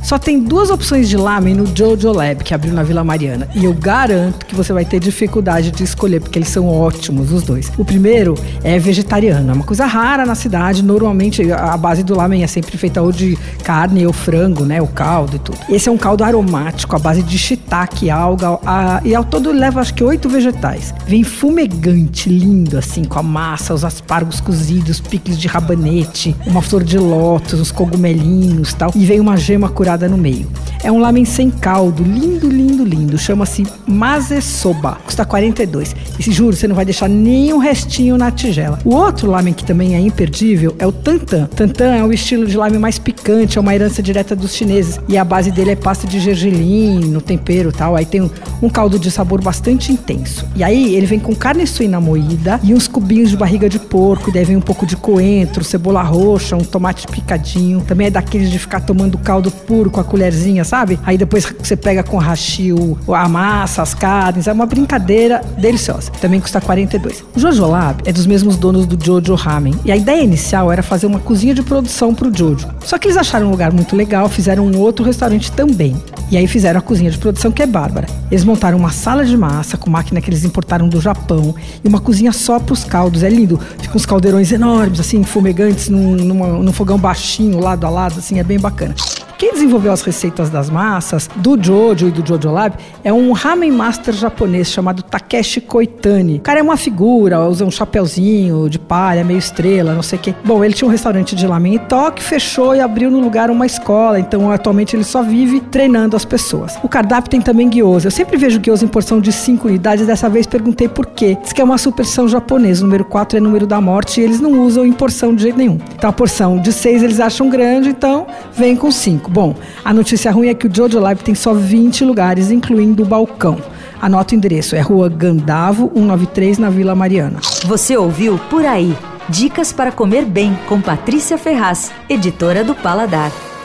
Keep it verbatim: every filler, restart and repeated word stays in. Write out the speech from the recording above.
Só tem duas opções de lamen no Jojo Lab, que abriu na Vila Mariana. E eu garanto que você vai ter dificuldade de escolher, porque eles são ótimos, os dois. O primeiro é vegetariano, é uma coisa rara na cidade. Normalmente a base do lamen é sempre feita ou de carne ou frango, né? O caldo e tudo. Esse é um caldo aromático à base de shiitake, alga, a, e ao todo leva acho que oito vegetais. Vem fumegante, lindo assim, com a massa, os aspargos cozidos, picles de rabanete, uma flor de lótus, os cogumelinhos e tal. E vem uma gema curada no meio. É um lamen sem caldo, lindo, lindo, lindo. Chama-se mazesoba. Custa quarenta e dois. E se juro, você não vai deixar nem um restinho na tigela. O outro lamen que também é imperdível é o tantan. Tantan é um estilo de lamen mais picante, é uma herança direta dos chineses. E a base dele é pasta de gergelim, no tempero e tal. Aí tem um, um caldo de sabor bastante intenso. E aí ele vem com carne suína moída e uns cubinhos de barriga de porco. E daí vem um pouco de coentro, cebola roxa, um tomate picadinho. Também é daqueles de ficar tomando caldo puro com a colherzinha, sabe? Aí depois você pega com hashi a massa, as carnes. É uma brincadeira deliciosa. Também custa quarenta e dois. O Jojo Lab é dos mesmos donos do Jojo Ramen. E a ideia inicial era fazer uma cozinha de produção pro Jojo. Só que eles acharam um lugar muito legal, fizeram um outro restaurante também. E aí fizeram a cozinha de produção, que é bárbara. Eles montaram uma sala de massa com máquina que eles importaram do Japão e uma cozinha só pros caldos. É lindo. Ficam uns caldeirões enormes, assim, fumegantes, num, numa, num fogão baixinho, lado a lado, assim, é bem bacana. Quem desenvolveu as receitas das massas do Jojo e do Jojo Lab é um ramen master japonês chamado Takeshi Koitani. O cara é uma figura, usa um chapeuzinho de palha, meio estrela, não sei o quê. Bom, ele tinha um restaurante de lamen em Tóquio, fechou e abriu no lugar uma escola, então atualmente ele só vive treinando as pessoas. O cardápio tem também gyoza. Eu sempre vejo gyoza em porção de cinco unidades, dessa vez perguntei por quê. Diz que é uma superstição japonesa, o número quatro é número da morte e eles não usam em porção de jeito nenhum. Então a porção de seis eles acham grande, então vem com cinco. Bom, a notícia ruim é que o Jojo Lab tem só vinte lugares, incluindo o balcão. Anota o endereço, é Rua Gandavo, cento e noventa e três, na Vila Mariana. Você ouviu Por Aí. Dicas para comer bem, com Patrícia Ferraz, editora do Paladar.